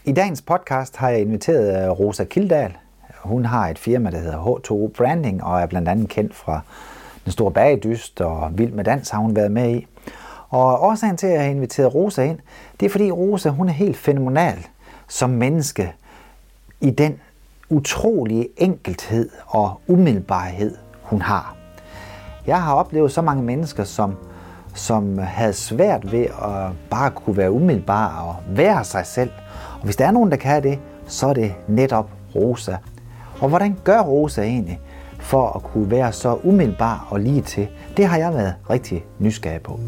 I dagens podcast har jeg inviteret Rosa Kildahl. Hun har et firma, der hedder H2O Branding, og er blandt andet kendt fra Den Store Bagedyst og Vild med Dans har hun været med i. Og årsagen til, at jeg har inviteret Rosa ind, det er fordi Rosa, hun er helt fænomenal som menneske i den utrolige enkelthed og umiddelbarhed, hun har. Jeg har oplevet så mange mennesker, som havde svært ved at bare kunne være umiddelbare og være sig selv. Og hvis der er nogen, der kan det, så er det netop Rosa. Og hvordan gør Rosa egentlig for at kunne være så umiddelbar og lige til? Det har jeg været rigtig nysgerrig på.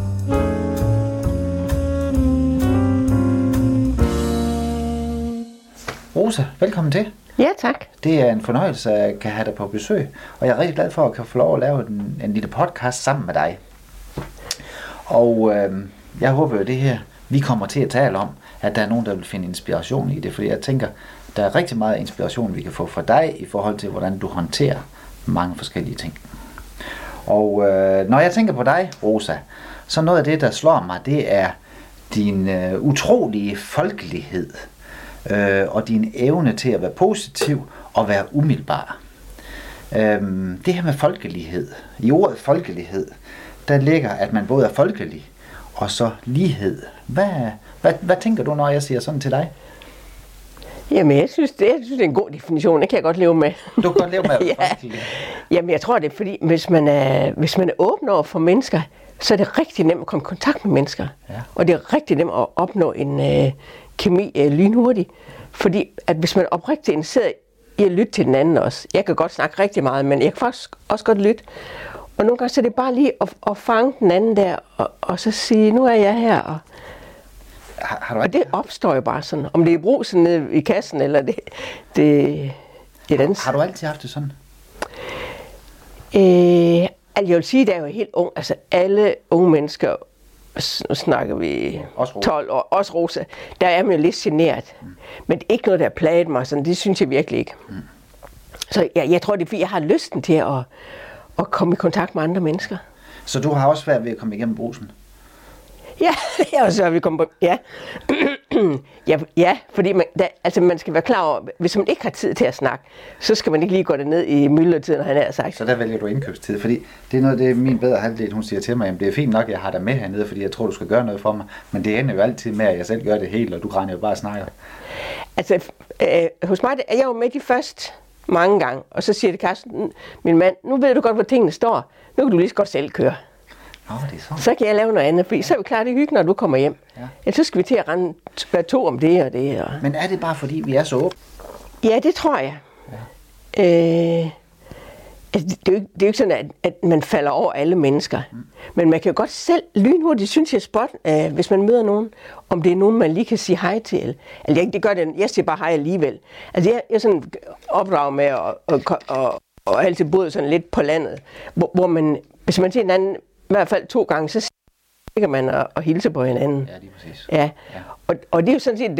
Rosa, velkommen til. Ja, tak. Det er en fornøjelse, at jeg kan have dig på besøg. Og jeg er rigtig glad for at kan få lov at lave en lille podcast sammen med dig. Og jeg håber jo det her, vi kommer til at tale om, at der er nogen, der vil finde inspiration i det. Fordi jeg tænker, der er rigtig meget inspiration, vi kan få fra dig i forhold til, hvordan du håndterer mange forskellige ting. Og når jeg tænker på dig, Rosa, så noget af det, der slår mig, det er din utrolige folkelighed og din evne til at være positiv og være umiddelbar. Det her med folkelighed, i ordet folkelighed, der ligger, at man både er folkelig og så lighed. Hvad tænker du, når jeg siger sådan til dig? Jamen, jeg synes, det er en god definition. Det kan jeg godt leve med. Du kan godt leve med ja. Jamen, jeg tror, det er fordi, hvis man er åben over for mennesker, så er det rigtig nemt at komme i kontakt med mennesker. Ja. Og det er rigtig nemt at opnå en kemi lynhurtigt. Fordi at hvis man er oprigtigt interesseret i at lytte til den anden også. Jeg kan godt snakke rigtig meget, men jeg kan faktisk også godt lytte. Og nogle gange så er det bare lige at fange den anden der, og så sige, nu er jeg her. Og det opstår jo bare sådan. Om det er brusen nede i kassen, eller det er den. Har du altid haft det sådan? Jeg vil sige, at jeg er jo helt ung. Altså alle unge mennesker, nu snakker vi 12 år, også Rosa, der er man jo lidt generet. Men det er ikke noget, der har plaget mig, sådan, det synes jeg virkelig ikke. Så jeg tror, det er fordi, jeg har lysten til at komme i kontakt med andre mennesker. Så du har også svært ved at komme igennem brusen? Ja, jeg har også svært ved at komme på, ja. ja, fordi man skal være klar over, hvis man ikke har tid til at snakke, så skal man ikke lige gå ned i myldretiden, han har sagt. Så der vælger du indkøbstid, fordi det er noget af det, min bedre halvdel, hun siger til mig, jamen det er fint nok, jeg har dig med hernede, fordi jeg tror, du skal gøre noget for mig, men det ender jo altid med, at jeg selv gør det helt, og du grænder jo bare og snakker. Altså, hos mig er jeg jo med de første mange gange, og så siger det Carsten, min mand, nu ved du godt, hvor tingene står, nu kan du lige så godt selv køre. Det er sådan. Så kan jeg lave noget andet, fordi så er vi klar, det er hyggeligt, når du kommer hjem. Ja. Ellers så skal vi til at være to om det og det. Og... Men er det bare fordi, vi er så åbne? Ja, det tror jeg. Ja. Altså, det er jo ikke sådan, at man falder over alle mennesker. Men man kan jo godt selv lynhurtigt, synes jeg, hvis man møder nogen, om det er nogen, man lige kan sige hej til. Altså, det gør det, jeg siger bare hej alligevel. Altså, jeg er sådan opdraget med og altid boet sådan lidt på landet, hvor man, hvis man ser en anden, i hvert fald 2 gange, så stikker man og hilser på hinanden. Ja, lige præcis. Ja. Og det er jo sådan set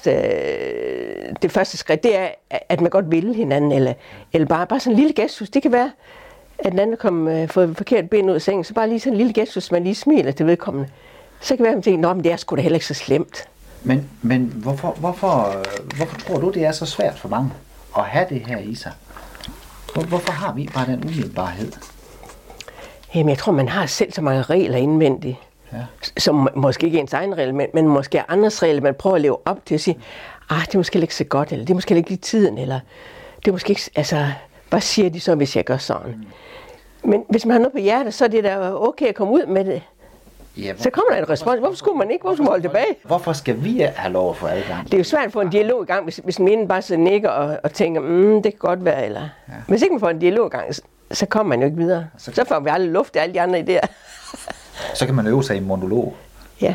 det første skridt, det er, at man godt vil hinanden, eller bare sådan en lille gestus. Det kan være, at den anden kommer fået forkert ben ud af sengen, så bare lige sådan en lille gestus, man lige smiler til vedkommende. Så kan det være, at man tænker, men det er sgu da heller ikke så slemt. Men hvorfor tror du, det er så svært for mange at have det her i sig? Hvorfor har vi bare den umiddelbarhed? Jamen, jeg tror, man har selv så mange regler indvendigt, som måske ikke er ens egen regel, men måske er andres regler, man prøver at leve op til at sige, det er måske ikke så godt, eller det er måske ikke lige tiden, eller det er måske ikke, altså, hvad siger de så, hvis jeg gør sådan? Men hvis man har noget på hjertet, så er det da okay at komme ud med det. Ja, så kommer der en respons. Hvorfor skulle man ikke? Hvorfor skulle man holde tilbage? Hvorfor skal vi have lov at få adgang? Det er jo svært at få en dialog i gang, hvis den ene bare så nikker og tænker, det kan godt være, eller... Ja. Hvis ikke man får en dialog i gang, så kommer man jo ikke videre. Så får vi aldrig luft af alle de andre idéer. Så kan man øve sig i monolog. Ja.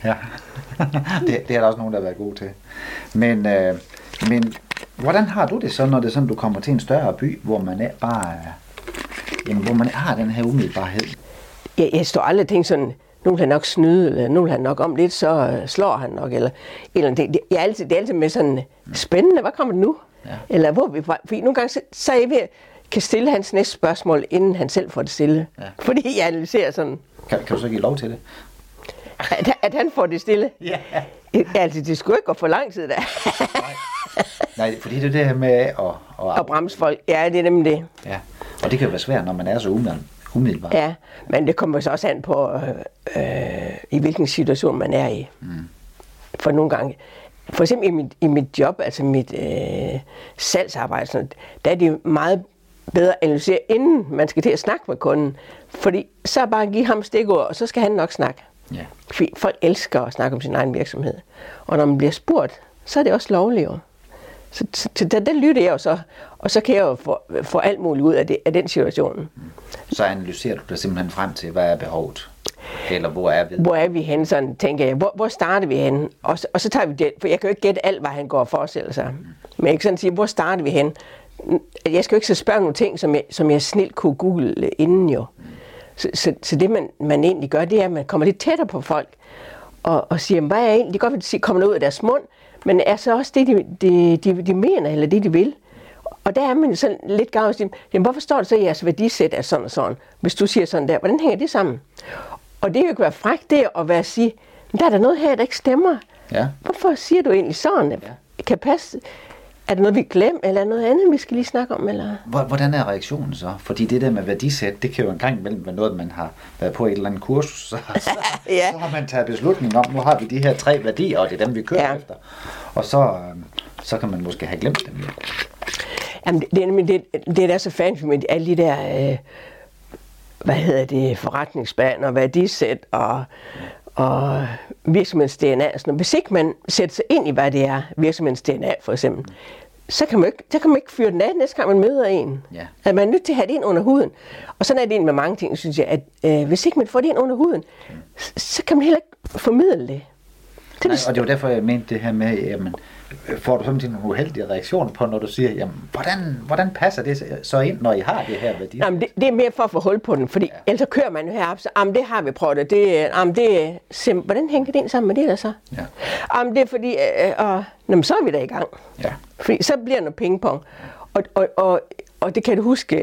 Det er der også nogen, der har været gode til. Men hvordan har du det så, når det er sådan, du kommer til en større by, hvor man er bare... hvor man har den her umiddelbarhed? Jeg står aldrig og tænker sådan, nu vil han nok snyde, eller nu vil han nok om lidt, så slår han nok, eller det er altid med sådan spændende, hvad kommer det nu? Ja. Eller hvor vi fra? Fordi nogle gange, så er jeg ved at kan stille hans næste spørgsmål, inden han selv får det stille. Ja. Fordi jeg analyserer sådan. Kan du så give lov til det? At han får det stille? Ja. Altså, det skulle ikke gå for lang tid da. Nej, fordi det er det her med at Og bremse folk. Ja, det er nemlig det. Ja, og det kan jo være svært, når man er så umiddelbart. Ja, men det kommer så også an på, i hvilken situation man er i. For nogle gange, for eksempel i mit job, altså mit salgsarbejde, sådan, der er det jo meget bedre at analysere, inden man skal til at snakke med kunden. Fordi så bare give ham stikord, og så skal han nok snakke. Ja. Fordi folk elsker at snakke om sin egen virksomhed. Og når man bliver spurgt, så er det også lovligt. Så der lytter jeg jo så, og så kan jeg jo få alt muligt ud af den situation. Så analyserer du dig simpelthen frem til, hvad er behovet? Eller hvor er vi? Hvor er vi henne, sådan tænker jeg. Hvor starter vi henne? Og så tager vi det, for jeg kan jo ikke gætte alt, hvad han går og forestiller sig. Men jeg kan sådan sige, hvor starter vi henne? Jeg skal jo ikke så spørge nogle ting, som jeg snilt kunne google inden jo. Så det, man egentlig gør, det er, at man kommer lidt tættere på folk, og siger, hvad er egentlig? Det kan godt komme noget ud af deres mund, men er så også det, de mener, eller det, de vil. Og der er man sådan lidt gav og siger, jamen hvorfor står det så, at jeres værdisæt er sådan og sådan? Hvis du siger sådan der, hvordan hænger det sammen? Og det kan jo ikke være frækt, det at være at sige, men der er der noget her, der ikke stemmer. Ja. Hvorfor siger du egentlig sådan? Ja. Kan passe? Er det noget, vi glemmer, eller er noget andet, vi skal lige snakke om? Eller? Hvordan er reaktionen så? Fordi det der med værdisæt, det kan jo engang imellem være noget, man har været på et eller andet kursus. Så har man taget beslutning om, nu har vi de her 3 værdier, og det er dem, vi kører efter. Og så kan man måske have glemt dem. Jamen, det er da så fancy med alle de der, forretningsplaner, værdisæt og virksomhedens DNA. Hvis ikke man sætter sig ind i, hvad det er, virksomhedens DNA for eksempel, så kan man ikke fyre den af, næste gang man møder en. Ja. At man er nødt til at have det ind under huden. Og sådan er det egentlig med mange ting, synes jeg, at hvis ikke man får det ind under huden, så kan man heller ikke formidle det. Og det var derfor, jeg mente det her med, jamen, får du sådan en uheldig reaktion på, når du siger, jamen, hvordan passer det så ind, når I har det her værdi? Jamen, det er mere for at få hul på den, fordi ellers så kører man jo herop, så det har vi prøvet, hvordan hænger det ind sammen med det der så? Ja. Det er fordi, så er vi da i gang. Ja. Fordi så bliver der noget pingpong. Og det kan du huske,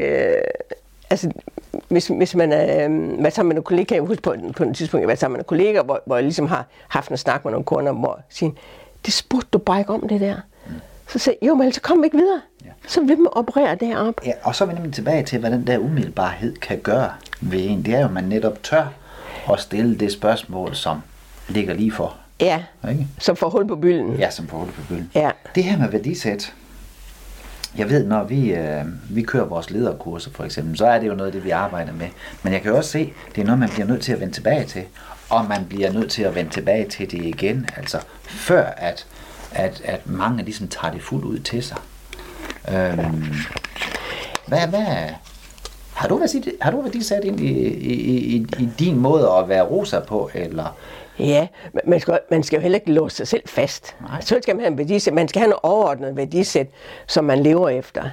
hvis man været sammen med nogle kollegaer, kan jeg huske på et tidspunkt, jeg var sammen med nogle kollegaer, hvor jeg ligesom har haft en snak med nogle kunder, hvor jeg siger, det spurgte du bare ikke om det der. Så sagde jeg, jo, men så kom ikke videre. Ja. Så vil man operere deroppe. Ja, og så er vi nemlig tilbage til, hvad den der umiddelbarhed kan gøre ved en. Det er jo, at man netop tør at stille det spørgsmål, som ligger lige for. Ja, ikke? Som får hul på bylden. Ja, som får hul på bylden. Ja. Det her med værdisæt. Jeg ved, når vi kører vores lederkurser for eksempel, så er det jo noget af det, vi arbejder med. Men jeg kan også se, det er noget, man bliver nødt til at vende tilbage til. Og man bliver nødt til at vende tilbage til det igen. Altså før at mange ligesom tager det fuldt ud til sig. Har du værdisæt ind i din måde at være rosa på, eller? Ja, man skal jo heller ikke låse sig selv fast. Så skal man have en værdisæt. Man skal have noget overordnet værdisæt, som man lever efter.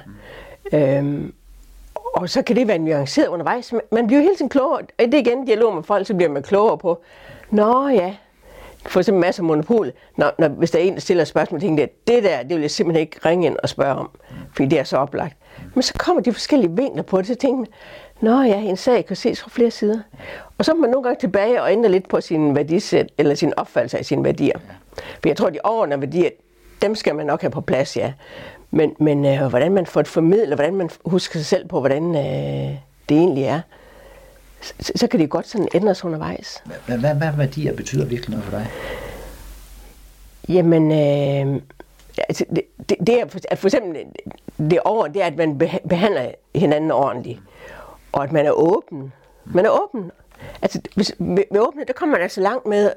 Og så kan det være nuanceret undervejs. Man bliver jo hele tiden klogere. Det er igen dialog med folk, så bliver man klogere på. Nå ja, for eksempel masser af monopol. Hvis der er en, der stiller spørgsmål, tænker det vil jeg simpelthen ikke ringe ind og spørge om, fordi det er så oplagt. Men så kommer de forskellige vinkler på det, så tænker man, nå ja, en sag kan ses fra flere sider. Og så er man nogle gange tilbage og ændrer lidt på sin værdisæt, eller sin opfattelse af sine værdier. For jeg tror, de overordnede værdier, dem skal man nok have på plads, ja. Men hvordan man får det formidlet, hvordan man husker sig selv på, hvordan det egentlig er, så kan det godt sådan ændres undervejs. Hvad værdier betyder virkelig noget for dig? Jamen, det er for eksempel det er, at man behandler hinanden ordentligt, og at man er åben. Man er åben. Altså, ved åbenhed, der kommer man altså langt med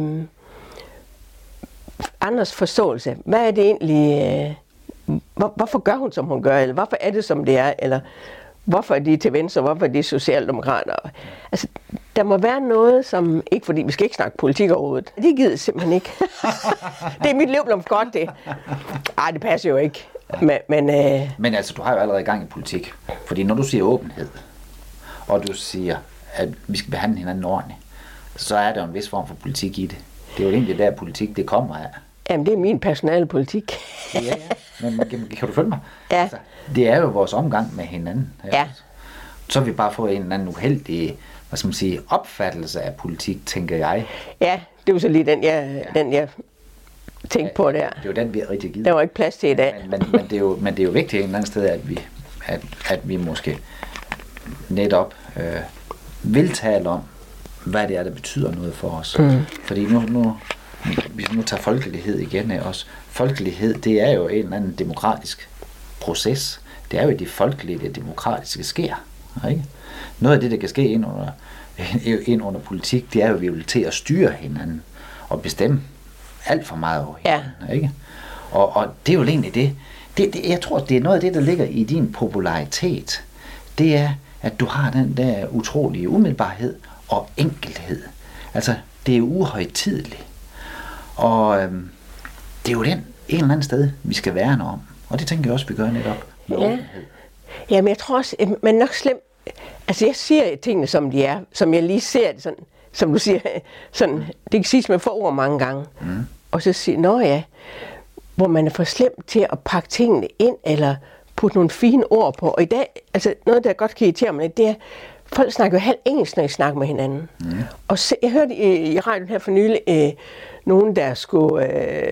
andres forståelse. Hvad er det egentlig? Hvorfor gør hun, som hun gør? Eller hvorfor er det, som det er? Eller hvorfor er de til venstre? Hvorfor er de socialdemokrater? Altså, der må være noget, som... Ikke fordi vi skal ikke snakke politik overhovedet. Det gider simpelthen ikke. Det er mit liv blevet godt, det. Ej, det passer jo ikke. Men altså, du har jo allerede i gang i politik. Fordi når du siger åbenhed, og du siger, at vi skal behandle hinanden ordentligt, så er der jo en vis form for politik i det. Det er jo egentlig der politik, det kommer af. Jamen, det er min personalepolitik. Ja. Men kan du følge mig? Ja. Altså, det er jo vores omgang med hinanden. Ja. Så har vi bare fået en eller anden uheldig hvad skal man sige, opfattelse af politik, tænker jeg. Ja, det var så lige den jeg tænkte på der. Det er jo den, vi har rigtig givet. Der var ikke plads til i dag. Men det er jo vigtigt et eller andet sted, at vi måske netop vil tale om, hvad det er, der betyder noget for os. Fordi hvis vi nu tager folkelighed igen af os. Folkelighed, det er jo en eller anden demokratisk proces. Det er jo det folkelige, det demokratiske sker. Ikke? Noget af det, der kan ske ind under politik, det er jo, at vi vil til at styre hinanden og bestemme alt for meget over hinanden. Ja. Ikke? Og det er jo egentlig det. Jeg tror, det er noget af det, der ligger i din popularitet. Det er, at du har den der utrolige umiddelbarhed og enkelhed. Altså, det er uhøjtideligt. Og det er jo en eller anden sted, vi skal værne om. Og det tænker jeg også, vi gør netop med åbenhed. Ja, men jeg tror også, man er nok slem. Altså, jeg siger tingene, som de er. Som jeg lige ser det, sådan, som du siger. Sådan, det kan siges med få ord mange gange. Og så sige, nå ja, hvor man er for slem til at pakke tingene ind, eller putte nogle fine ord på. Og i dag, altså noget, der godt kan irritere mig, det er, folk snakker jo halv engelsk, når de snakker med hinanden. Og jeg hørte i radioen her for nylig, nogen, der skulle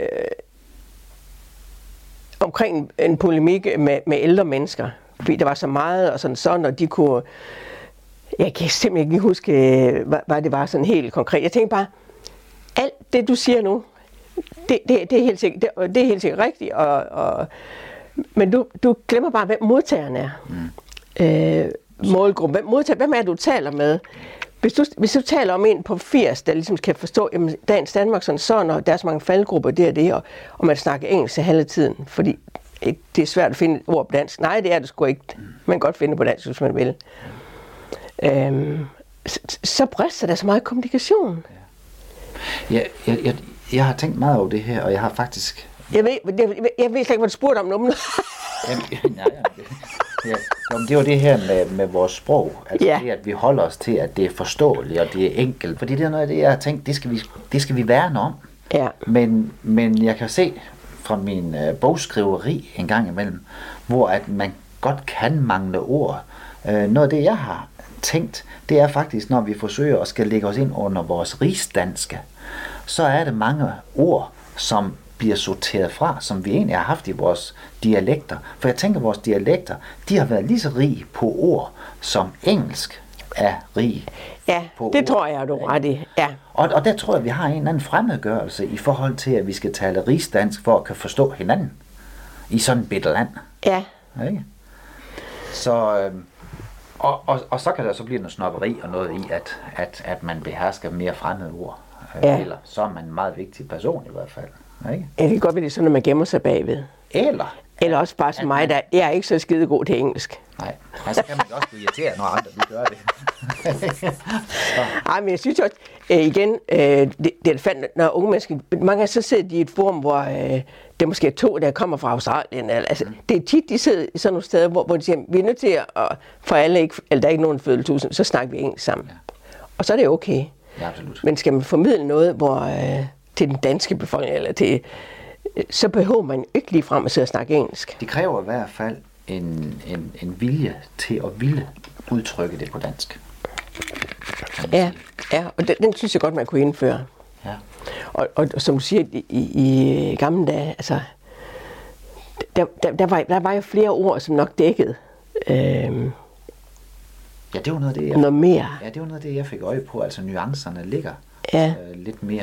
omkring en polemik med ældre mennesker. Fordi der var så meget og sådan, og de kunne... Jeg kan simpelthen ikke lige huske, hvad det var sådan helt konkret. Jeg tænkte bare, alt det, du siger nu, det er helt sikkert, det er helt sikkert rigtigt, men du glemmer bare, hvem modtageren er. Målgruppen. Hvem er det, du taler med? Hvis du taler om en på 80, der ligesom kan forstå, jamen, dagens Danmark sådan, og der er så mange faldgrupper, det, og man snakker engelsk hele tiden, fordi det er svært at finde et ord på dansk. Nej, det er det sgu ikke. Man kan godt finde det på dansk, hvis man vil. Så brister der så meget kommunikation. Ja, jeg har tænkt meget over det her, og jeg har faktisk... Jeg ved slet ikke, hvad du spurgte om nu. Det var det her med vores sprog. Altså det, at vi holder os til, at det er forståeligt, og det er enkelt. Fordi det er noget af det, jeg har tænkt, det skal vi værne om. Ja. Men jeg kan se fra min bogskriveri en gang imellem, hvor at man godt kan mangle ord. Noget af det, jeg har tænkt, det er faktisk, når vi forsøger at skal lægge os ind under vores rigsdanske, så er det mange ord, som bliver sorteret fra, som vi egentlig har haft i vores dialekter. For jeg tænker, at vores dialekter, de har været lige så rige på ord, som engelsk er rig på det ord. Tror jeg, du er ret i. Ja. Og der tror jeg, at vi har en eller anden fremmedgørelse i forhold til, at vi skal tale rigsdansk for at kunne forstå hinanden i sådan et bitte land. Ja. Ikke? Så... Og så kan der så blive noget snobberi og noget i, at man behersker mere fremmede ord. Eller så er man en meget vigtig person i hvert fald. Ikke? Ja, det kan godt være, det er sådan, at man gemmer sig bagved. Eller også bare som mig, der jeg er ikke så skide god til engelsk. Nej, så kan man også blive irriteret, når andre vil gøre det. Ej, men jeg synes også, igen, det fandt, når unge mennesker, mange gange så sidder de i et forum, hvor det måske er 2, der kommer fra Australien. Altså, det er tit, de sidder i sådan nogle steder, hvor de siger, vi er nødt til at, for alle ikke, eller der er ikke nogen fødeltusind, så snakker vi engelsk sammen. Ja. Og så er det okay. Ja, absolut. Men skal man formidle noget, hvor til den danske befolkning, eller til, så behøver man ikke lige frem at sidde og snakke engelsk. Det kræver i hvert fald en vilje til at ville udtrykke det på dansk. Ja, og den synes jeg godt, man kunne indføre. Ja. Og som du siger, i gamle dage, altså, der var jo flere ord, som nok dækkede. Ja, det var noget af det, noget mere. Ja, det var noget af det, jeg fik øje på. Altså nuancerne ligger lidt mere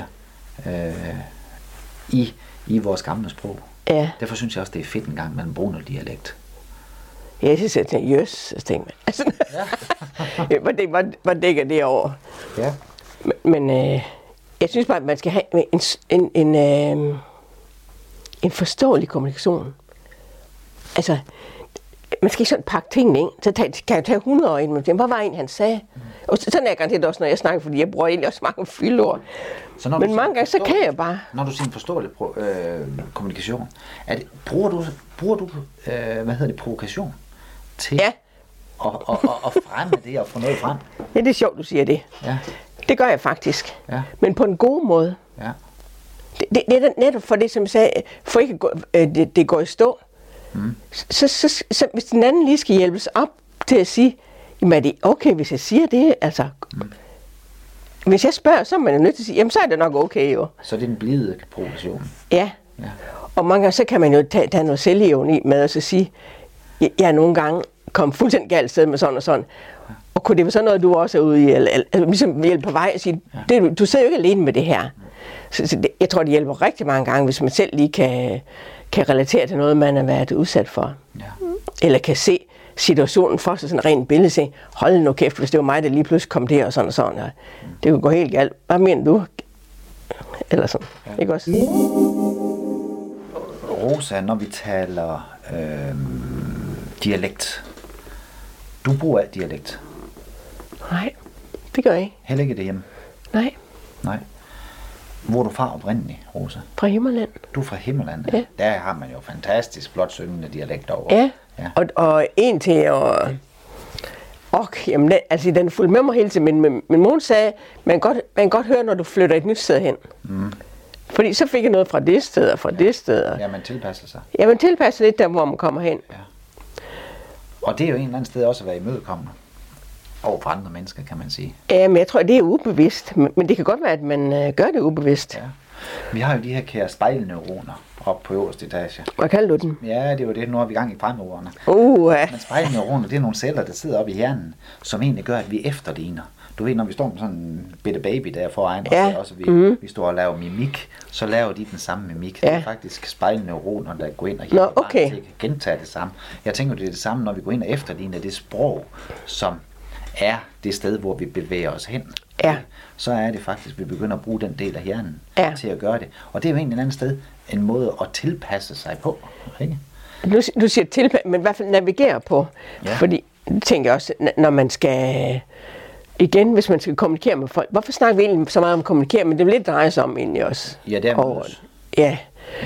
i vores gamle sprog. Ja. Derfor synes jeg også, det er fedt en gang, man bruger noget dialekt. Ja, jeg synes, at det er jøs, tænker man. Altså, hvad dækker det over? Ja. Men jeg synes bare, at man skal have en forståelig kommunikation. Altså, man skal ikke sådan pakke tingene ind. Så kan jeg tage 100 år ind, men hvad var en, han sagde? Og sådan er jeg garanteret også, når jeg snakker, fordi jeg bruger egentlig også mange fyldord. Men mange gange, så kan jeg bare... Når du siger en forståelig kommunikation, bruger du provokation til at fremme det og få noget frem? Ja, det er sjovt, du siger det. Ja. Det gør jeg faktisk. Ja. Men på en god måde. Ja. Det er netop for det, som jeg sagde, for ikke det går i stå. Så hvis den anden lige skal hjælpes op til at sige, jamen er det okay, hvis jeg siger det? Altså, hvis jeg spørger, så er man jo nødt til at sige, jamen så er det nok okay jo. Så det er en blide provokation. Ja. Og mange gange, så kan man jo tage noget selvironi med og så sige, jeg er nogle gange kommet fuldstændig galt sted med sådan og sådan. Og kunne det være sådan noget, du også er ude i, eller ligesom hjælpe på vej og sige, du sidder jo ikke alene med det her. Så jeg tror, det hjælper rigtig mange gange, hvis man selv lige kan relatere til noget, man har været udsat for. Ja. Eller kan se situationen for sig, sådan rent billede, se, hold nu kæft, hvis det var mig, der lige pludselig kom der og sådan og sådan. Og det kunne gå helt galt. Hvad mener du? Eller sådan. Ja. Ikke også? Rosa, når vi taler dialekt. Du bruger alt dialekt. Nej, det gør jeg ikke. Heller ikke derhjemme? Nej. Hvor er du fra oprindeligt, Rosa? Fra Himmerland. Du er fra Himmerland? Ja. Der har man jo fantastisk flot syngende dialekt over. Ja. Og en til at... jamen, altså den fulgte med mig hele tiden, men min mor sagde, man kan godt høre, når du flytter et nyt sted hen. Fordi så fik jeg noget fra det sted og fra det sted. Ja, man tilpasser sig. Ja, man tilpasser lidt der, hvor man kommer hen. Ja. Og det er jo en eller anden sted også at være imødekommende over for andre mennesker, kan man sige. Ja, men jeg tror, det er ubevidst. Men det kan godt være, at man gør det ubevidst. Ja. Vi har jo de her kære spejlneuroner oppe på øverste etage. Hvad kalder du dem? Ja, det er jo det. Nu er vi i gang i fremoverne. Ja. Men spejlneuroner, det er nogle celler, der sidder oppe i hjernen, som egentlig gør, at vi efterligner. Du ved, når vi står med sådan en bitte baby der foran, og så vi står og laver mimik, så laver de den samme mimik. Ja. Det er faktisk spejlneuroner, der går ind og hjælper barnet til at gentage det samme. Jeg tænker, det er det samme, når vi går ind og efterligner det sprog, som er det sted, hvor vi bevæger os hen. Ja. Så er det faktisk, at vi begynder at bruge den del af hjernen til at gøre det. Og det er jo egentlig et andet sted en måde at tilpasse sig på. Ikke? Du siger tilpasse, men i hvert fald navigere på. Ja. Fordi, tænker jeg også, når man skal... Igen, hvis man skal kommunikere med folk. Hvorfor snakker vi egentlig så meget om at kommunikere? Men det vil lidt dreje sig om egentlig også. Ja, det er også. Ja.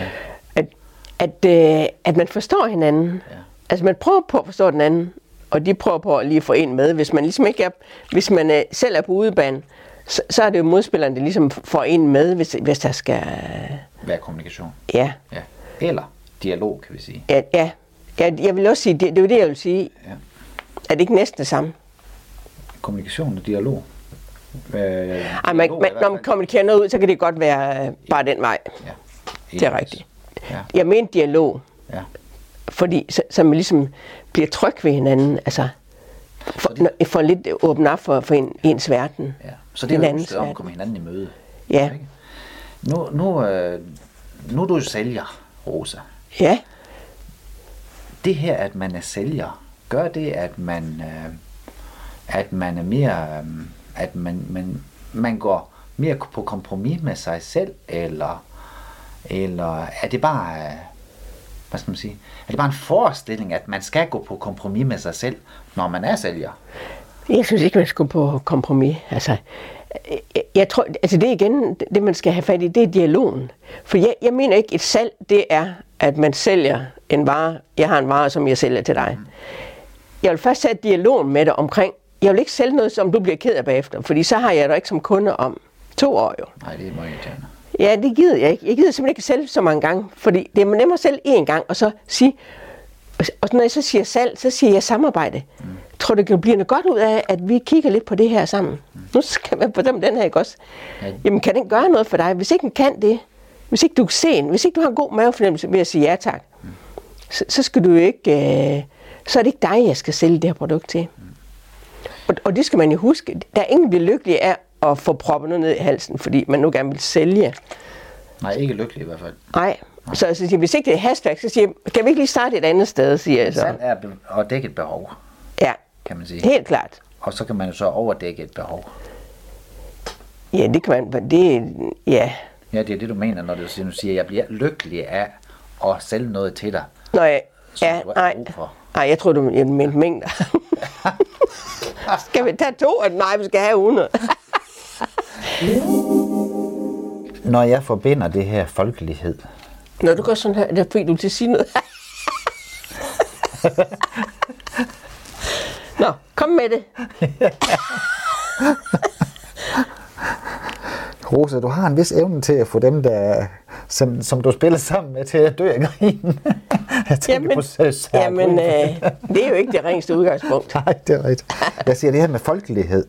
At man forstår hinanden. Ja. Altså man prøver på at forstå den anden. Og de prøver på at lige få en med. Hvis man ligesom ikke er, hvis man selv er på udebane, så er det jo modspilleren, der ligesom får en med, hvis der skal... Være kommunikation. Ja. Eller dialog, kan vi sige. Ja. Jeg vil også sige, det er jo det, jeg vil sige. Ja. Er det ikke næsten det samme? Kommunikation og dialog. Når man kommunikerer noget ud, så kan det godt være bare den vej. Ja. Det er rigtigt. Ja. Jeg mener dialog. Ja. Fordi så man ligesom bliver tryg ved hinanden, altså for lidt åbne op for ens verden. Ja. Så det er jo et om at komme hinanden i møde. Ja. Nu er du sælger, Rosa. Ja. Det her, at man er sælger, gør det, at man er mere, at man går mere på kompromis med sig selv, eller er det bare, hvad skal man sige, er det bare en forestilling, at man skal gå på kompromis med sig selv, når man er sælger? Jeg synes ikke, man skal gå på kompromis. Altså, jeg tror, altså det igen, det man skal have fat i, det er dialogen. For jeg mener ikke, et salg, det er, at man sælger en vare. Jeg har en vare, som jeg sælger til dig. Jeg vil først have dialogen med dig omkring, jeg vil ikke sælge noget, som du bliver ked af bagefter, fordi så har jeg dig ikke som kunde om 2 år jo. Nej, det er meget irriterende. Ja, det gider jeg ikke. Jeg gider simpelthen ikke sælge så mange gange, fordi det er nemmere at sælge 1 gang, og så sige, og når jeg så siger salg, så siger jeg samarbejde. Tror du, det kan blive noget godt ud af, at vi kigger lidt på det her sammen? Nu skal man på den her, ikke også? Jamen, kan den gøre noget for dig? Hvis ikke den kan det, hvis ikke du kan se den, hvis ikke du har en god mavefornemmelse ved at sige ja tak, så skal du ikke, så er det ikke dig, jeg skal sælge det her produkt til. Og det skal man jo huske. Der er ingen bliver lykkelig af at få proppet noget ned i halsen, fordi man nu gerne vil sælge. Nej, ikke lykkelig i hvert fald. Nej. Så siger, hvis ikke det er hastværk, så siger jeg, kan vi ikke lige starte et andet sted, siger jeg så. Salg er at dække et behov, kan man sige. Helt klart. Og så kan man jo så overdække et behov. Ja, det kan man, Ja, det er det, du mener, når du siger, jeg bliver lykkelig af at sælge noget til dig. Nej, jeg tror, du mente mængder. Skal vi tage 2? Nej, vi skal have 100. Når jeg forbinder det her folkelighed. Når du går sådan her, det er fordi du til at sige noget. Nå, kom med det. Rosa, du har en vis evne til at få dem, der, som du spiller sammen med, til at dø af grin. Jeg tænker på det er jo ikke det ringeste udgangspunkt. Nej, det er rigtigt. Jeg siger det her med folkelighed,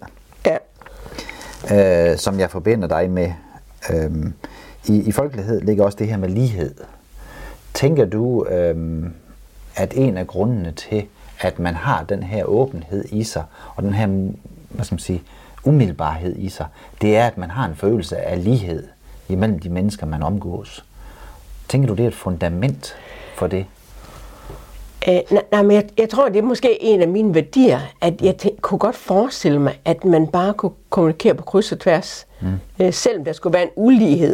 som jeg forbinder dig med. I folkelighed ligger også det her med lighed. Tænker du, at en af grundene til, at man har den her åbenhed i sig, og den her, hvad skal man sige, umiddelbarhed i sig, det er, at man har en følelse af lighed imellem de mennesker, man omgås? Tænker du, det er et fundament for det? Nej, men jeg tror, det er måske en af mine værdier, at jeg kunne godt forestille mig, at man bare kunne kommunikere på kryds og tværs, selvom der skulle være en ulighed.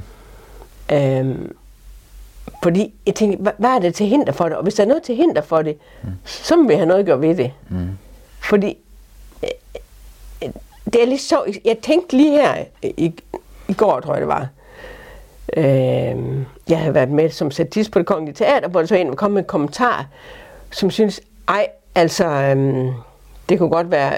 Fordi jeg tænker, hvad er det til hinder for det? Og hvis der er noget til hinder for det, så må vi have noget at gøre ved det. Fordi det er lidt så. Jeg tænkte lige her i går, tror jeg det var. Jeg havde været med som statist på Det Kongelige Teater, hvor der så en kom med en kommentar, som synes, det kunne godt være,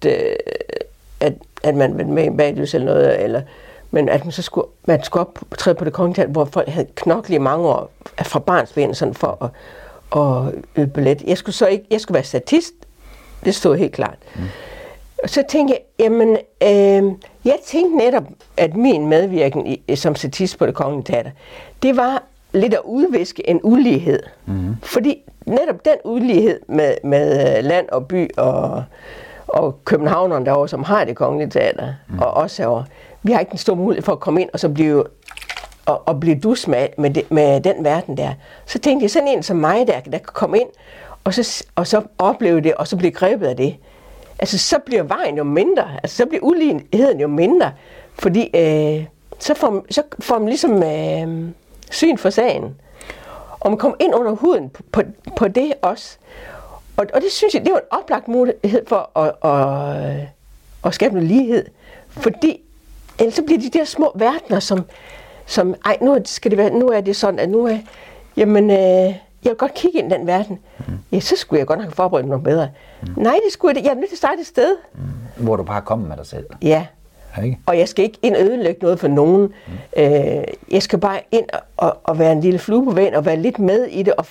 at man var med i baglyset eller noget, eller, men at man skulle optræde på Det Kongelige Teater, hvor folk havde knoklet i mange år fra barnsben sådan for at yde ballet. Jeg skulle være statist, det stod helt klart. Og så tænkte jeg, jeg tænkte netop, at min medvirken som statist på Det Kongelige Teater, det var lidt at udviske en ulighed. Fordi netop den ulighed med land og by og københavnerne derovre, som har Det Kongelige Teater, og også herovre, vi har ikke en stor mulighed for at komme ind og så blive dus med den verden der. Så tænkte jeg, sådan en som mig, der kan komme ind, og så opleve det, og så blive grebet af det. Altså, så bliver vejen jo mindre. Altså, så bliver uligheden jo mindre. Fordi så får man ligesom syn for sagen. Og man kommer ind under huden på det også. Og det synes jeg, det er jo en oplagt mulighed for at skabe noget lighed. Fordi ellers så bliver de der små verdener, som nu er det sådan, at nu er, jeg vil godt kigge ind i den verden. Ja, så skulle jeg godt nok have forberedt noget bedre. Nej, det skulle jeg. Jeg er nødt til at starte et sted. Hvor du bare kommer med dig selv. Ja. Ikke? Og jeg skal ikke ind og ødelægge noget for nogen. Jeg skal bare ind og være en lille flue på væggen og være lidt med i det og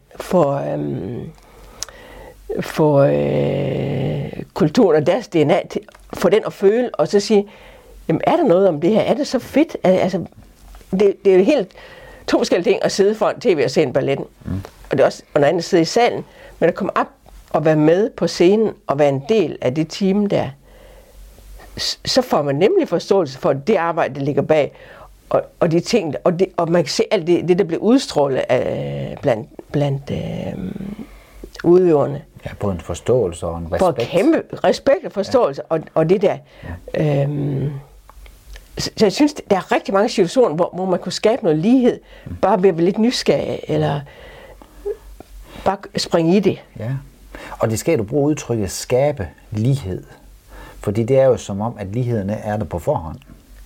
få kulturen og deres DNA til, få den at føle og så sige, jamen er der noget om det her? Er det så fedt? Altså, det er jo helt to forskellige ting at sidde foran tv og se en ballet. Og det er også noget andet at sidde i salen, men at komme op og være med på scenen og være en del af det team der, så får man nemlig forståelse for det arbejde, der ligger bag, og de ting, og man kan se alt det der bliver udstrålet blandt udøverne. Ja, både en forståelse og en respekt. For kæmpe respekt og forståelse, og det der. Ja. Så jeg synes, der er rigtig mange situationer, hvor man kunne skabe noget lighed, bare ved at være lidt nysgerrig, eller bare springe i det. Ja, og det skal du bruge udtrykket skabe lighed. Fordi det er jo som om, at lighederne er der på forhånd.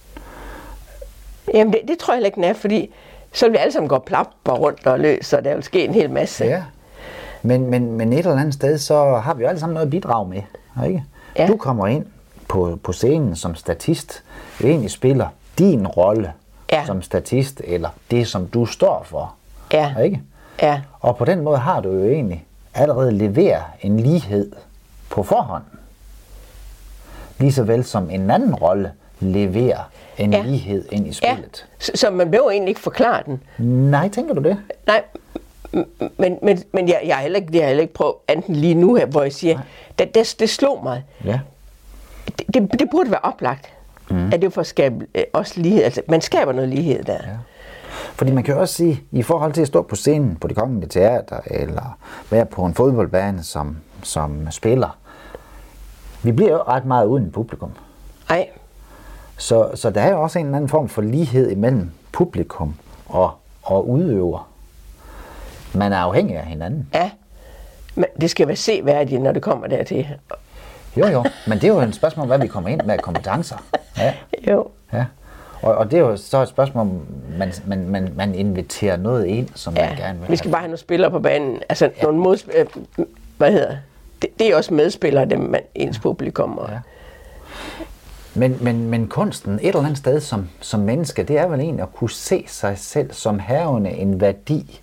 Jamen det tror jeg heller ikke, den er, fordi så vil vi alle sammen gå plapper rundt og løs, og der vil ske en hel masse. Ja, men et eller andet sted, så har vi jo alle sammen noget at bidrage med. Ikke? Ja. Du kommer ind på scenen som statist, du egentlig spiller din rolle som statist, eller det, som du står for. Ja. Ikke? Ja. Og på den måde har du jo egentlig allerede leveret en lighed på forhånd. Lige så vel som en anden rolle leverer en lighed ind i spillet. Ja. Så man behøver egentlig ikke forklare den. Nej, tænker du det? Nej, men jeg har heller ikke prøvet enten lige nu her, hvor jeg siger, det slog mig. Ja. Det burde være oplagt, at det for at skabe også lighed. Altså, man skaber noget lighed der. Ja. Fordi man kan også sige, i forhold til at stå på scenen på Det Kongelige Teater, eller være på en fodboldbane som spiller, vi bliver jo ret meget uden publikum. Nej. Så der er jo også en eller anden form for lighed imellem publikum og udøver. Man er afhængig af hinanden. Ja, men det skal være seværdigt, når det kommer dertil. Jo, men det er jo et spørgsmål, hvad vi kommer ind med kompetencer. Ja. Jo. Ja. Og det er jo så et spørgsmål, man inviterer noget ind, som man gerne vil have. Vi skal bare have nogle spillere på banen. Altså nogle det er også medspillere, dem ens publikum. Og... Ja. Men kunsten et eller andet sted som menneske, det er vel egentlig at kunne se sig selv som havende en værdi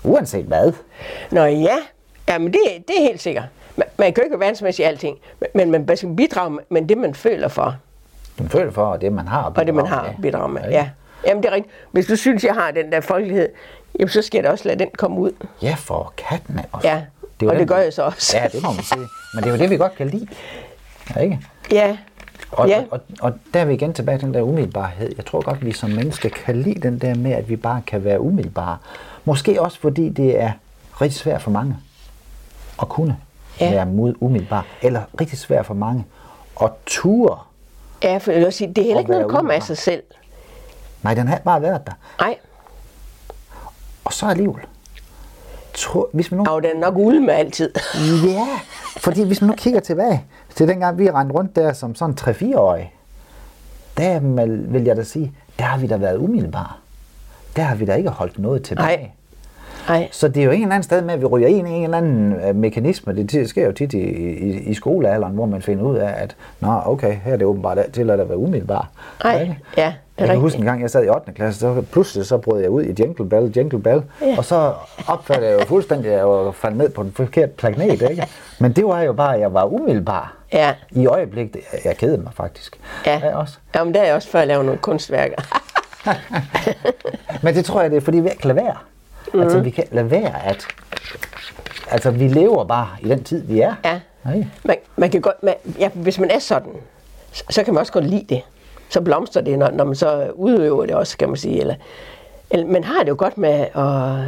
Uanset hvad. Nå ja, men det er helt sikkert. Man kan jo ikke være verdensmæssig i alting, men man skal bidrage med det, man føler for. Man føler for, og det man har at bidrage med. Og det man har at bidrage med, ja. Jamen det er rigtigt. Hvis du synes, jeg har den der folkelighed, jamen så skal jeg da også lade den komme ud. Ja, for katten også. Ja, det gør jeg så også. Ja, det må man sige. Men det er jo det, vi godt kan lide. Ja, ikke? Ja. Og der er vi igen tilbage til den der umiddelbarhed. Jeg tror godt, vi som mennesker kan lide den der med, at vi bare kan være umiddelbare. Måske også fordi det er rigtig svært for mange at kunne være umiddelbar. Eller rigtig svært for mange at ture. Ja, for jeg vil sige, det er heller ikke noget, der kommer af sig selv. Nej, den har bare været der. Nej. Og så alligevel. Hvis man nu... den er nok ulme altid. Ja, fordi hvis man nu kigger tilbage til dengang vi rendte rundt der som sådan 3-4-årige, der vil jeg da sige, der har vi da været umiddelbare. Der har vi da ikke holdt noget tilbage. Nej. Så det er jo en eller anden sted med, at vi ryger ind i en eller anden mekanisme. Det sker jo tit i skolealderen, hvor man finder ud af, at okay, her er det åbenbart til at være umiddelbar. Nej, ja. Jeg kan huske en gang, jeg sad i 8. klasse, så pludselig så brød jeg ud i Jingle Bell, og så opfattede jeg jo fuldstændig, at jeg faldt ned på den forkerte planet, ikke? Men det var jo bare, at jeg var umiddelbar. Ja. I øjeblikket, jeg kedede mig faktisk. Ja, også. Jamen der er jeg også før at lave nogle kunstværker. Men det tror jeg, det er fordi vi ikke kan lade være. Altså vi kan lade være, at altså vi lever bare i den tid, vi er. Ja. Man kan godt, hvis man er sådan, så kan man også godt lide det. Så blomstrer det, når man så udøver det også, kan man sige. Eller man har det jo godt med at...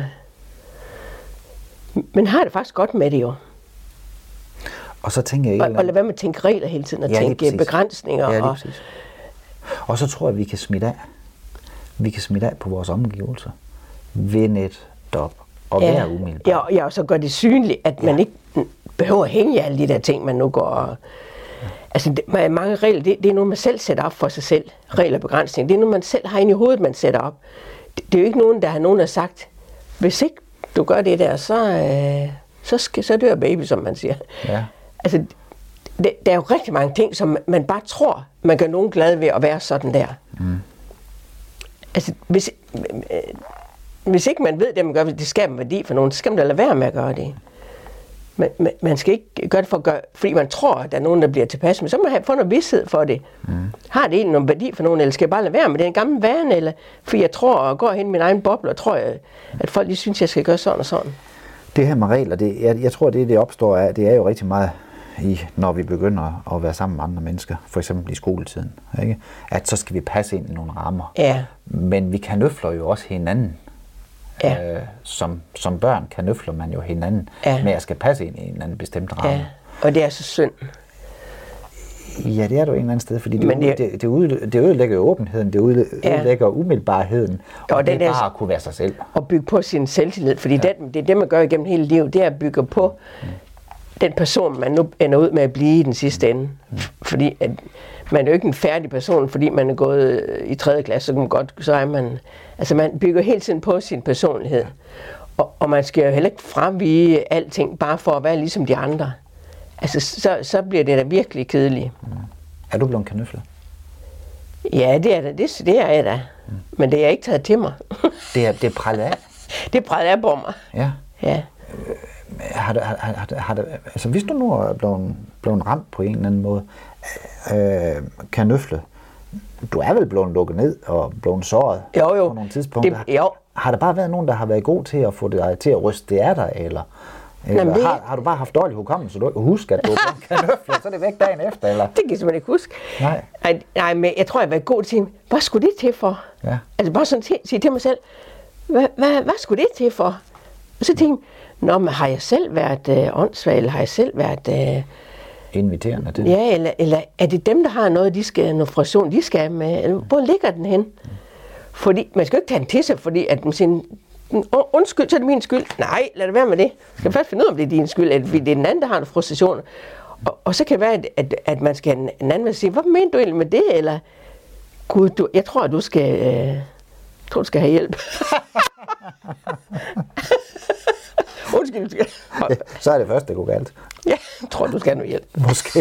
Man har det faktisk godt med det jo. Og så tænker jeg... Og lad være med at tænke regler hele tiden, og tænke begrænsninger. Ja, og så tror jeg, vi kan smitte af. Vi kan smitte af på vores omgivelser. Ved netop og være umiddelbar. Ja, og så gør det synligt, at man ikke behøver at hænge i alle de der ting, man nu går og... Altså, mange regler, det er noget, man selv sætter op for sig selv. Regler og begrænsninger. Det er noget, man selv har inde i hovedet, man sætter op. Det er jo ikke nogen, der har sagt, hvis ikke du gør det der, så dør baby, som man siger. Ja. Altså, der er jo rigtig mange ting, som man bare tror, man gør nogen glad ved at være sådan der. Mm. Altså, hvis ikke man ved det, man gør, det skaber en værdi for nogen, så skal man da lade være med at gøre det. Man skal ikke gøre det fordi man tror, at der er nogen, der bliver tilpas, men så må man have fået noget vidsthed for det. Mm. Har det egentlig nogen værdi for nogen, eller skal jeg bare lade være med den gamle vane, eller fordi jeg tror, og går hen i min egen boble, og tror, at folk lige synes, jeg skal gøre sådan og sådan. Det her med regler, jeg tror, det opstår af, det er jo rigtig meget, når vi begynder at være sammen med andre mennesker, for eksempel i skoletiden, ikke? At så skal vi passe ind i nogle rammer. Ja. Men vi kanøfler jo også hinanden. Ja. Som børn kanøfler man jo hinanden med at skal passe ind i en anden bestemt ramme. Ja. Og det er så synd. Ja, det er det jo en eller anden sted, fordi det ødelægger jo åbenheden, det ødelægger umiddelbarheden, og det er bare at kunne være sig selv. Og bygge på sin selvtillid, fordi det er det, man gør igennem hele livet, det er at bygge på den person, man nu ender ud med at blive i den sidste ende. Fordi at man er jo ikke en færdig person, fordi man er gået i 3. klasse, så er man... Altså man bygger hele tiden på sin personlighed. Og man skal jo heller ikke fravige alting, bare for at være ligesom de andre. Altså så bliver det da virkelig kedeligt. Mm. Er du blevet kanøflet? Ja, det er da. Det er jeg da. Mm. Men det er jeg ikke taget til mig. det er prallet af? Det er prallet af på mig. Ja. Ja. Altså hvis du nu er blevet ramt på en eller anden måde, kanøflet, du er vel blevet lukket ned og blevet såret på nogle tidspunkter. Har der bare været nogen, der har været god til at få dig til at ryste det af dig, eller har du bare haft dårlig hukommelse, så du ikke husker, at du er blevet kanøflet, så er det væk dagen efter, eller? Det kan jeg simpelthen ikke huske. Nej, men jeg tror, jeg har været god til, hvad skulle det til for? Ja. Altså bare sådan sige til mig selv, hvad skulle det til for? Og så tænkte jeg, men har jeg selv været åndssvag, eller har jeg selv været... inviterende til. Ja, eller er det dem, der har noget frustration, de skal med? Eller hvor ligger den hen? Fordi man skal jo ikke tage den til sig, fordi at man siger, undskyld, så er det min skyld. Nej, lad det være med det. Jeg skal først finde ud af, om det er din skyld, eller fordi det er den anden, der har en frustration. Og så kan det være, at man skal en anden sige, hvad mener du egentlig med det? Eller, Gud, jeg tror, du skal have hjælp. Undskyld. Ja, så er det først, det går galt. Ja, jeg tror, du skal have noget hjælp. Måske.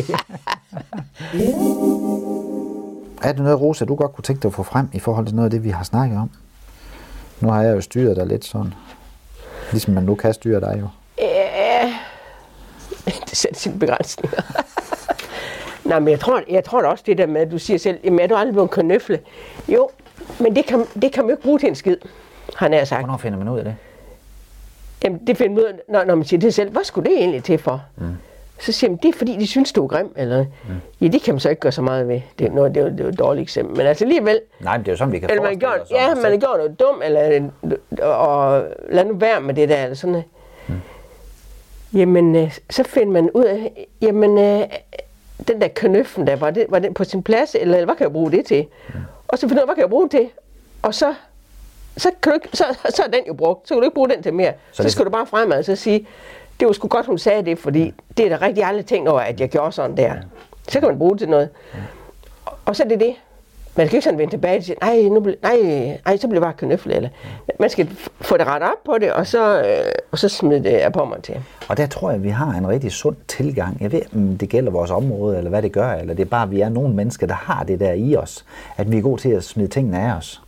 Er det noget, Rosa, du godt kunne tænke dig at få frem i forhold til noget af det, vi har snakket om? Nu har jeg jo styret dig lidt sådan. Ligesom man nu kan styre dig jo. Ja, det sætter sine begrænsninger. Nej, men jeg tror da også det der med, at du siger selv, jamen er du aldrig blevet kanøfle? Jo, men det kan man jo ikke bruge til en skid, har jeg sagt. Hvornår finder man ud af det? Jamen det finder man ud af, når man siger det selv. Hvad skulle det egentlig til for? Så siger man, det er fordi, de synes, du er grim, eller? Ja, det kan man så ikke gøre så meget ved. Det er jo et dårligt eksempel. Men altså alligevel... Nej, men det er jo sådan, vi kan forestille os. Ja, man har gjort noget dumt, eller og lad nu være med det der, eller sådan noget. Jamen, så finder man ud af, jamen, den der knøffen der, var den på sin plads, eller hvad kan jeg bruge det til? Og så finder jeg, hvad kan jeg bruge det til? Og så kan du ikke, så er den jo brugt, så kan du ikke bruge den til mere. Så skal du bare fremad og så sige, det var sgu godt, hun sagde det, fordi det er da rigtig aldrig tænkt over, at jeg gjorde sådan der. Så kan man bruge det til noget. Og så er det det. Man skal ikke sådan vende tilbage og sige, nej, så bliver det bare knøffel. Eller. Man skal få det ret op på det, og så smide det af på mig til. Og der tror jeg, vi har en rigtig sund tilgang. Jeg ved, om det gælder vores område, eller hvad det gør, eller det er bare, at vi er nogle mennesker, der har det der i os. At vi er gode til at smide tingene af os.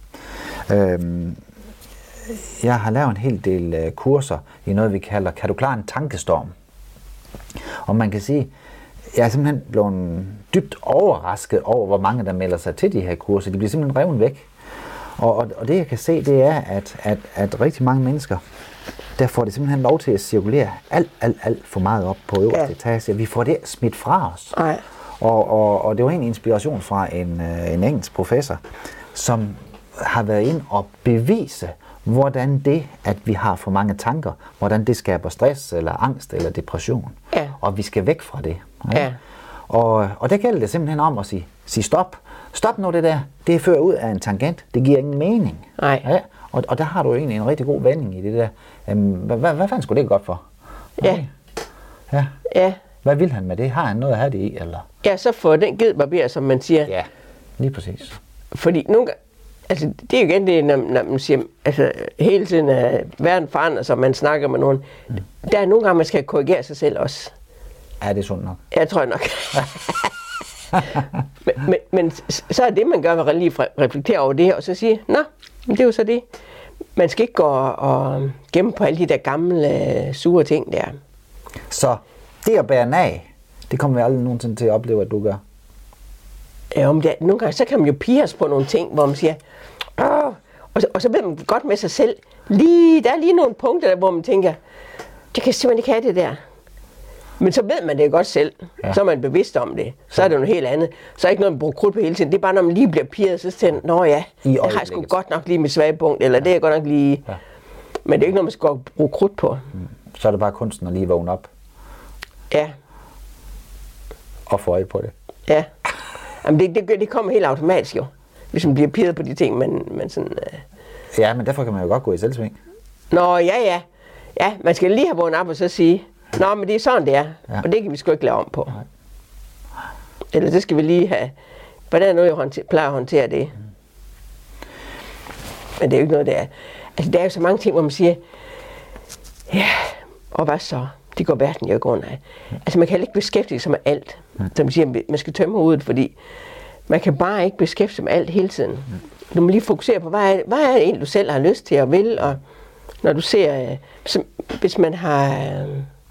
Jeg har lavet en hel del kurser i noget, vi kalder, kan du klare en tankestorm? Og man kan sige, jeg er simpelthen blevet dybt overrasket over, hvor mange der melder sig til de her kurser. De bliver simpelthen revet væk. Og det jeg kan se, det er, at rigtig mange mennesker, der får det simpelthen lov til at cirkulere alt for meget op på øverste etage. Vi får det smidt fra os. Og det var en inspiration fra en engelsk professor, som har været ind og bevise, hvordan det, at vi har for mange tanker, hvordan det skaber stress, eller angst, eller depression. Ja. Og vi skal væk fra det. Ja. Og der gælder det simpelthen om at sige stop. Stop nu det der. Det fører ud af en tangent. Det giver ingen mening. Nej. Ja. Og der har du egentlig en rigtig god vending i det der. Hvad fanden skulle det godt for? Okay. Ja. Ja. Hvad vil han med det? Har han noget at have det i? Eller? Ja, så får den givet barber, som man siger. Ja, lige præcis. Fordi nogle gange, altså det er jo igen det, når man siger, altså hele tiden er verden forandret, så man snakker med nogen. Der er nogle gange, man skal korrigere sig selv også. Er det sundt nok? Jeg tror nok. men så er det, man gør, at lige reflektere over det, og så sige, nå, det er jo så det. Man skal ikke gå og gemme på alle de der gamle, sure ting der. Så det at bære nag, det kommer vi aldrig nogensinde til at opleve, at du gør? Nogle gange, så kan man jo pires på nogle ting, hvor man siger, og så ved man godt med sig selv, der er lige nogle punkter, der, hvor man tænker, jeg kan simpelthen ikke have det der. Men så ved man det godt selv, så er man bevidst om det, så er det noget helt andet. Så er ikke noget, man bruger krudt på hele tiden, det er bare, når man lige bliver pirret, så tænker nå ja, jeg har sgu godt nok lige mit svage punkt, eller det er godt nok lige, men det er ikke noget, man skal bruge krudt på. Så er det bare kunsten at lige vågne op. Ja. Og få øje på det. Ja. Jamen det kommer helt automatisk jo, hvis man bliver pirret på de ting, man sådan... Ja, men derfor kan man jo godt gå i selvsving. Nå, ja. Ja, man skal lige have vågnet op og så sige, nå, men det er sådan, det er, og det kan vi sgu ikke lave om på. Nej. Eller det skal vi lige have, hvordan er noget, jeg plejer at håndtere det? Men det er jo ikke noget, der er. Altså, der er jo så mange ting, hvor man siger, ja, og hvad så? Det går verden jo grund af. Altså, man kan ikke beskæftige sig med alt. Som man siger, man skal tømme hovedet, fordi man kan bare ikke beskæftige sig med alt hele tiden. Du må lige fokusere på, hvad er det egentlig, du selv har lyst til og vil, og når du ser, hvis man har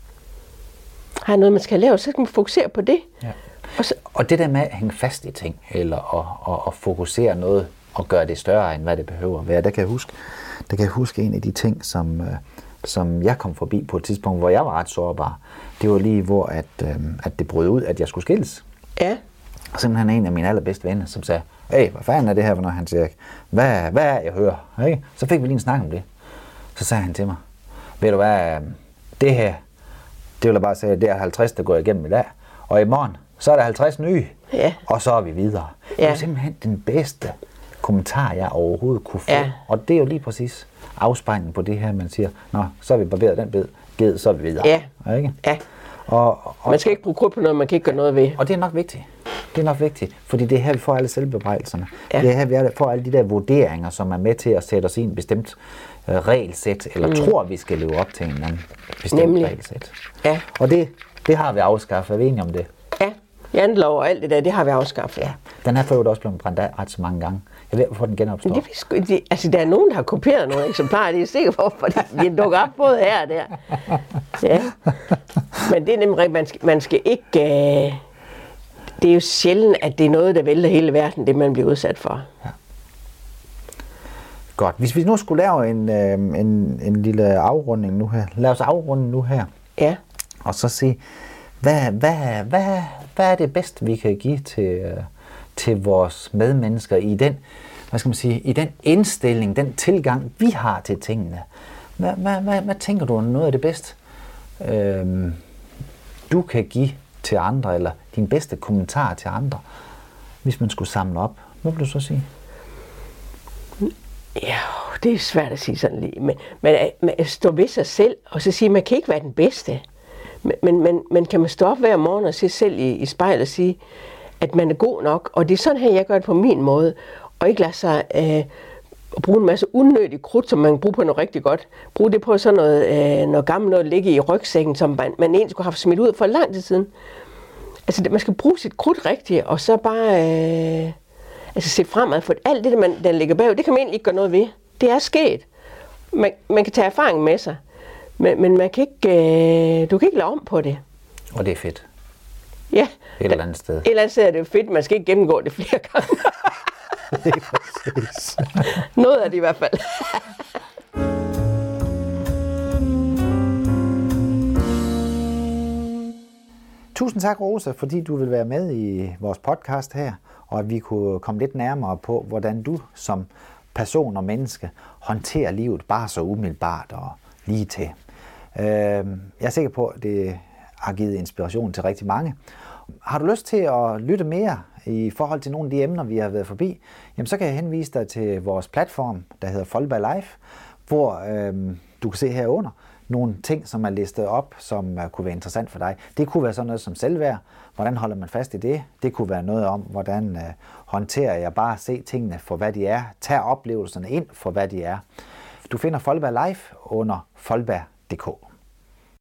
noget, man skal lave, så skal man fokusere på det. Ja. Og det der med at hænge fast i ting, eller at fokusere noget, og gøre det større, end hvad det behøver at være, der kan jeg huske en af de ting, som jeg kom forbi på et tidspunkt, hvor jeg var ret sårbar. Det var lige, hvor at det brød ud, at jeg skulle skilles. Ja. Og simpelthen en af mine allerbedste venner, som sagde, hey, hvad fanden er det her, når han siger, hvad er jeg hører? Okay? Så fik vi lige en snak om det. Så sagde han til mig, ved du hvad, det her, det vil jeg bare sige, det er 50, der går igennem i dag, og i morgen, så er der 50 nye, og så er vi videre. Ja. Det var simpelthen den bedste kommentar, jeg overhovedet kunne få. Ja. Og det er jo lige præcis afspejling på det her, man siger, nå, så har vi barberet den bid, så er vi videre. Ja. Ikke? Ja. Og man skal ikke bruge krudt på noget, man kan ikke gøre noget ved. Og det er nok vigtigt. Det er nok vigtigt, fordi det er her, vi får alle selvbebrejdelserne. Ja. Det er her, vi får alle de der vurderinger, som er med til at sætte os i en bestemt regelsæt, eller tror, vi skal leve op til en anden bestemt regelsæt. Ja. Og det har vi afskaffet. Er vi enige om det? Ja, jantelov og alt det der, det har vi afskaffet. Ja. Den er for øvrigt også blevet brændt af ret så mange gange. Jeg ved, hvorfor den genopstår. Der er nogen, der har kopieret nogle eksemplarer, det er sikker på, fordi de dukker op både her og der. Ja. Men det er nemlig, man skal ikke... det er jo sjældent, at det er noget, der vælter hele verden, det man bliver udsat for. Ja. Godt. Hvis vi nu skulle lave en lille afrunding nu her. Lad os afrunde nu her. Ja. Og så sige, hvad er det bedste, vi kan give til vores medmennesker i den, hvad skal man sige, i den indstilling, den tilgang, vi har til tingene? Hvad tænker du er noget af det bedste, du kan give til andre, eller din bedste kommentar til andre, hvis man skulle samle op? Hvad vil du så sige? Ja, det er svært at sige sådan lige, men stå ved sig selv, og så sige, man kan ikke være den bedste. Men kan man stå op hver morgen og se selv i spejlet og sige, at man er god nok, og det er sådan her, jeg gør det på min måde, og ikke lade sig bruge en masse unødig krudt, som man kan bruge på noget rigtig godt. Brug det på sådan noget gammelt noget, ligge i rygsækken, som man egentlig skulle have smidt ud for lang tid siden. Altså, man skal bruge sit krudt rigtigt, og så bare se fremad, for alt det, der ligger bag, det kan man egentlig ikke gøre noget ved. Det er sket. Man kan tage erfaring med sig, men man kan ikke, du kan ikke lave om på det. Og det er fedt. Ja. Et eller andet sted. Et eller andet sted er det jo fedt, man skal ikke gennemgå det flere gange. Det er præcis. Noget af det i hvert fald. Tusind tak, Rosa, fordi du vil være med i vores podcast her, og at vi kunne komme lidt nærmere på, hvordan du som person og menneske håndterer livet bare så umiddelbart og lige til. Jeg er sikker på, at det har givet inspiration til rigtig mange. Har du lyst til at lytte mere i forhold til nogle af de emner, vi har været forbi, jamen så kan jeg henvise dig til vores platform, der hedder Foldberg Life, hvor du kan se herunder nogle ting, som er listet op, som kunne være interessant for dig. Det kunne være sådan noget som selvværd. Hvordan holder man fast i det? Det kunne være noget om, hvordan håndterer jeg bare at se tingene for, hvad de er. Tag oplevelserne ind for, hvad de er. Du finder Foldberg Life under foldberg.dk.